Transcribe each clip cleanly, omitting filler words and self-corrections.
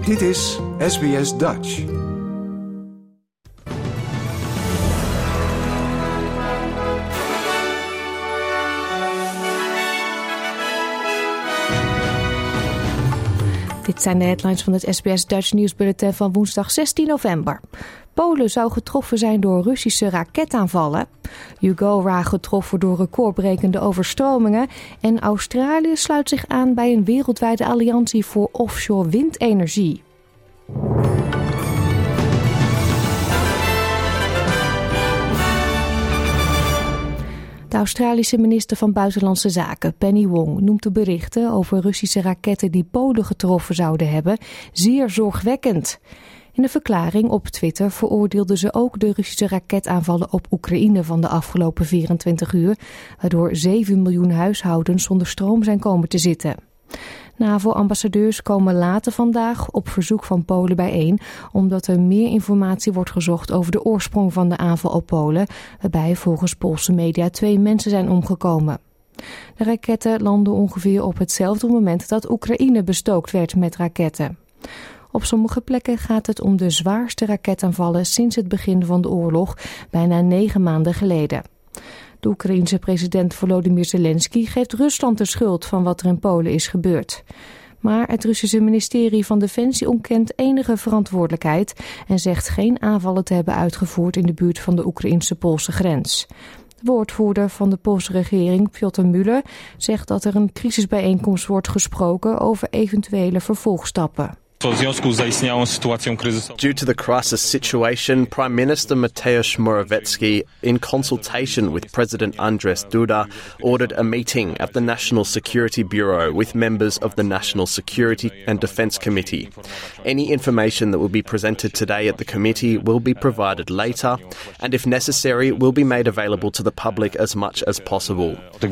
Dit is SBS Dutch. Dit zijn de headlines van het SBS Dutch nieuwsbulletin van woensdag 16 november. Polen zou getroffen zijn door Russische raketaanvallen. Ugora getroffen door recordbrekende overstromingen. En Australië sluit zich aan bij een wereldwijde alliantie voor offshore windenergie. De Australische minister van Buitenlandse Zaken, Penny Wong, noemt de berichten over Russische raketten die Polen getroffen zouden hebben zeer zorgwekkend. In een verklaring op Twitter veroordeelde ze ook de Russische raketaanvallen op Oekraïne van de afgelopen 24 uur, waardoor 7 miljoen huishoudens zonder stroom zijn komen te zitten. NAVO-ambassadeurs komen later vandaag op verzoek van Polen bijeen, omdat er meer informatie wordt gezocht over de oorsprong van de aanval op Polen, waarbij volgens Poolse media 2 mensen zijn omgekomen. De raketten landden ongeveer op hetzelfde moment dat Oekraïne bestookt werd met raketten. Op sommige plekken gaat het om de zwaarste raketaanvallen sinds het begin van de oorlog, bijna 9 maanden geleden. De Oekraïense president Volodymyr Zelensky geeft Rusland de schuld van wat er in Polen is gebeurd. Maar het Russische ministerie van Defensie ontkent enige verantwoordelijkheid en zegt geen aanvallen te hebben uitgevoerd in de buurt van de Oekraïense-Poolse grens. De woordvoerder van de Poolse regering, Piotr Müller, zegt dat er een crisisbijeenkomst wordt gesproken over eventuele vervolgstappen. Due to the crisis situation, Prime Minister Mateusz Morawiecki, in consultation with President Andrzej Duda, ordered a meeting at the National Security Bureau with members of the National Security and Defence Committee. Any information that will be presented today at the committee will be provided later, and if necessary, will be made available to the public as much as possible.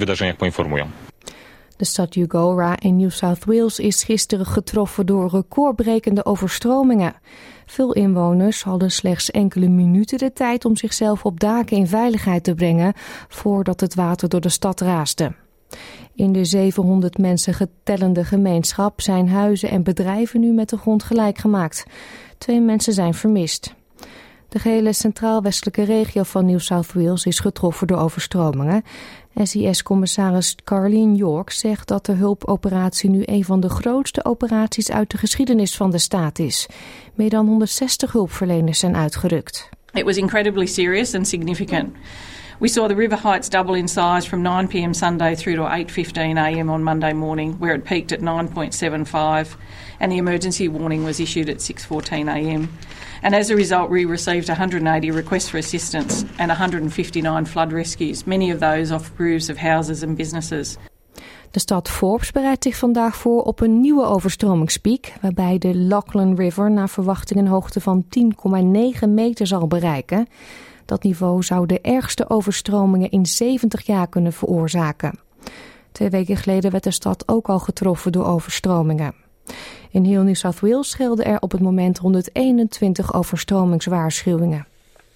De stad Ugora in New South Wales is gisteren getroffen door recordbrekende overstromingen. Veel inwoners hadden slechts enkele minuten de tijd om zichzelf op daken in veiligheid te brengen voordat het water door de stad raasde. In de 700 mensen getellende gemeenschap zijn huizen en bedrijven nu met de grond gelijk gemaakt. 2 mensen zijn vermist. De gehele centraal-westelijke regio van New South Wales is getroffen door overstromingen. SES-commissaris Carleen York zegt dat de hulpoperatie nu een van de grootste operaties uit de geschiedenis van de staat is. Meer dan 160 hulpverleners zijn uitgerukt. It was incredibly serious and significant. We saw the river heights double in size from 9 p.m. Sunday through to 8:15 a.m. on Monday morning, where it peaked at 9.75, and the emergency warning was issued at 6:14 a.m. And as a result, we received 180 requests for assistance and 159 flood rescues, many of those off roofs of houses and businesses. De stad Forbes bereidt zich vandaag voor op een nieuwe overstromingspiek, waarbij de Lachlan River naar verwachting een hoogte van 10,9 meter zal bereiken. Dat niveau zou de ergste overstromingen in 70 jaar kunnen veroorzaken. 2 weken geleden werd de stad ook al getroffen door overstromingen. In heel New South Wales gelden er op het moment 121 overstromingswaarschuwingen.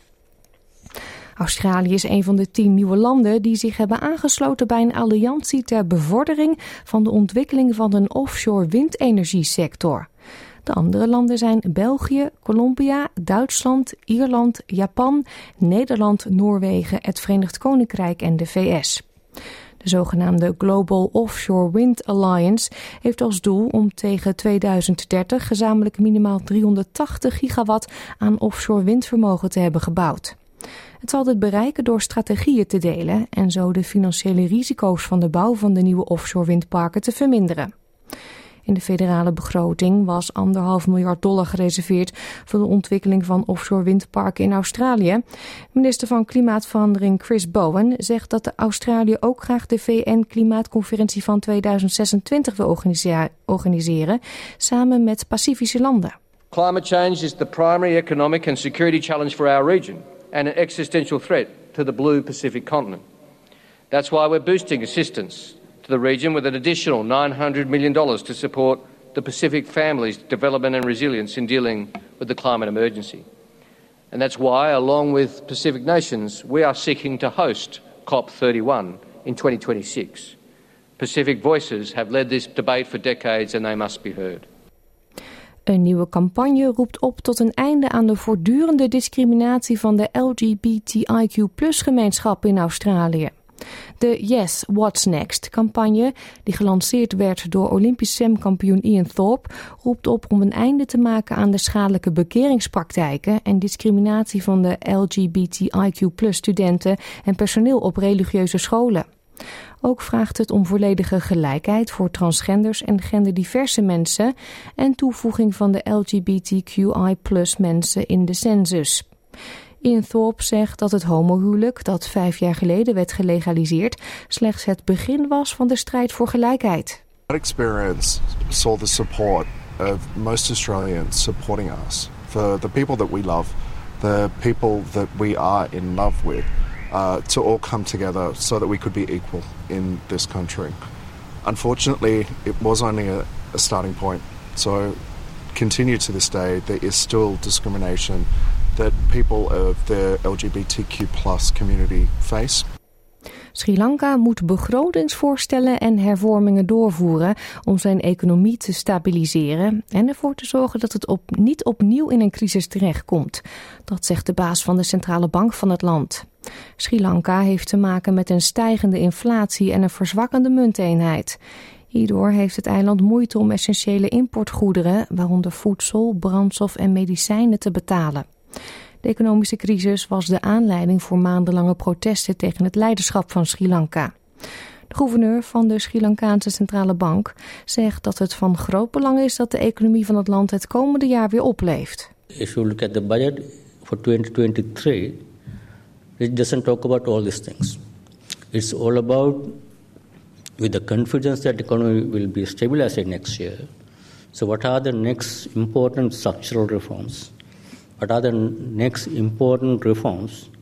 Australië is een van de 10 nieuwe landen die zich hebben aangesloten bij een alliantie ter bevordering van de ontwikkeling van een offshore windenergiesector. De andere landen zijn België, Colombia, Duitsland, Ierland, Japan, Nederland, Noorwegen, het Verenigd Koninkrijk en de VS. De zogenaamde Global Offshore Wind Alliance heeft als doel om tegen 2030 gezamenlijk minimaal 380 gigawatt aan offshore windvermogen te hebben gebouwd. Het zal dit bereiken door strategieën te delen en zo de financiële risico's van de bouw van de nieuwe offshore windparken te verminderen. In de federale begroting was $1,5 miljard gereserveerd voor de ontwikkeling van offshore windparken in Australië. Minister van Klimaatverandering Chris Bowen zegt dat Australië ook graag de VN-klimaatconferentie van 2026 wil organiseren, samen met Pacifische landen. Climate change is the primary economic and security challenge for our region and an existential threat to the blue Pacific continent. That's why we're boosting assistance to the region with an additional $900 million to support the Pacific families' development and resilience in dealing with the climate emergency. And that's why, along with Pacific nations, we are seeking to host COP31 in 2026. Pacific voices have led this debate for decades and they must be heard. Een nieuwe campagne roept op tot een einde aan de voortdurende discriminatie van de LGBTIQ+-gemeenschap in Australië. De Yes, What's Next campagne, die gelanceerd werd door Olympisch zwemkampioen Ian Thorpe, roept op om een einde te maken aan de schadelijke bekeringspraktijken en discriminatie van de LGBTIQ+-studenten en personeel op religieuze scholen. Ook vraagt het om volledige gelijkheid voor transgenders en genderdiverse mensen en toevoeging van de LGBTQI+-mensen in de census. Ian Thorpe zegt dat het homohuwelijk, dat 5 jaar geleden werd gelegaliseerd, slechts het begin was van de strijd voor gelijkheid. That experience saw the support of most Australians supporting us for the people that we love, the people that we are in love with, to all come together so that we could be equal in this country. Unfortunately, it was only a starting point. So, continue to this day, there is still discrimination that people of the LGBTQ+ community face. Sri Lanka moet begrotingsvoorstellen en hervormingen doorvoeren om zijn economie te stabiliseren en ervoor te zorgen dat het niet opnieuw in een crisis terechtkomt. Dat zegt de baas van de centrale bank van het land. Sri Lanka heeft te maken met een stijgende inflatie en een verzwakkende munteenheid. Hierdoor heeft het eiland moeite om essentiële importgoederen, waaronder voedsel, brandstof en medicijnen, te betalen. De economische crisis was de aanleiding voor maandenlange protesten tegen het leiderschap van Sri Lanka. De gouverneur van de Sri Lankaanse centrale bank zegt dat het van groot belang is dat de economie van het land het komende jaar weer opleeft. If you look at the budget for 2023, it doesn't talk about all these things. It's all about with the confidence that the economy will be stabilized next year. So what are the next important structural reforms? What are the next important reforms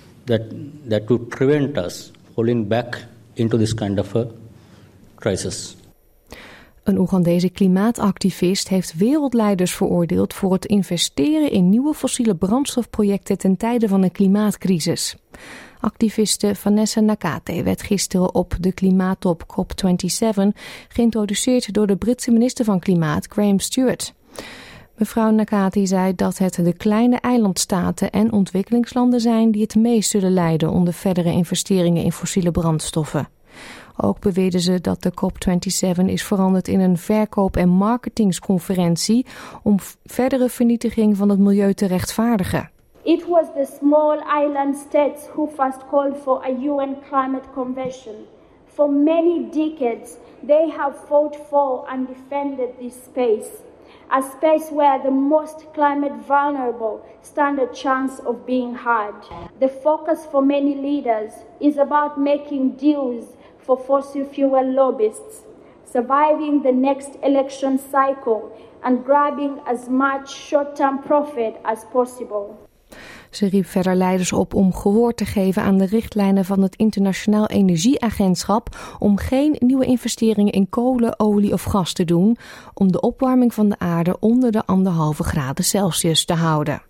that would prevent us falling back into this kind of a crisis? Een Oegandese klimaatactivist heeft wereldleiders veroordeeld voor het investeren in nieuwe fossiele brandstofprojecten ten tijde van een klimaatcrisis. Activiste Vanessa Nakate werd gisteren op de klimaattop COP27 geïntroduceerd door de Britse minister van Klimaat Graham Stuart. Mevrouw Nakate zei dat het de kleine eilandstaten en ontwikkelingslanden zijn die het meest zullen lijden onder verdere investeringen in fossiele brandstoffen. Ook beweerde ze dat de COP27 is veranderd in een verkoop- en marketingsconferentie om verdere vernietiging van het milieu te rechtvaardigen. It was the small island states who first called for a UN climate convention. For many decades, they have fought for and defended this space, a space where the most climate vulnerable stand a chance of being heard. The focus for many leaders is about making deals for fossil fuel lobbyists, surviving the next election cycle and grabbing as much short-term profit as possible. Ze riep verder leiders op om gehoor te geven aan de richtlijnen van het Internationaal Energieagentschap om geen nieuwe investeringen in kolen, olie of gas te doen, om de opwarming van de aarde onder de 1,5 graden Celsius te houden.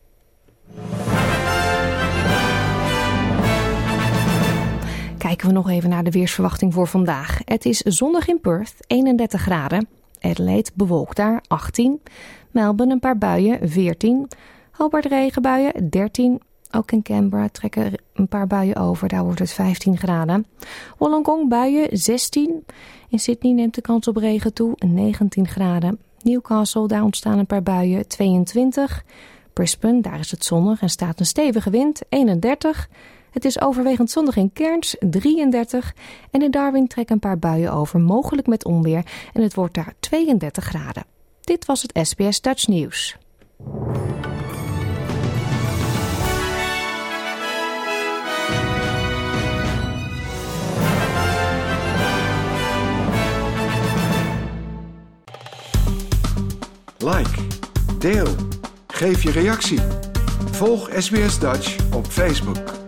Kijken we nog even naar de weersverwachting voor vandaag. Het is zonnig in Perth, 31 graden. Adelaide bewolkt daar, 18. Melbourne een paar buien, 14. Hobart regenbuien, 13. Ook in Canberra trekken een paar buien over, daar wordt het 15 graden. Wollongong buien, 16. In Sydney neemt de kans op regen toe, 19 graden. Newcastle, daar ontstaan een paar buien, 22. Brisbane, daar is het zonnig en staat een stevige wind, 31. Het is overwegend zonnig in Cairns, 33. En in Darwin trekken een paar buien over, mogelijk met onweer. En het wordt daar 32 graden. Dit was het SBS Dutch Nieuws. Like, deel, geef je reactie. Volg SBS Dutch op Facebook.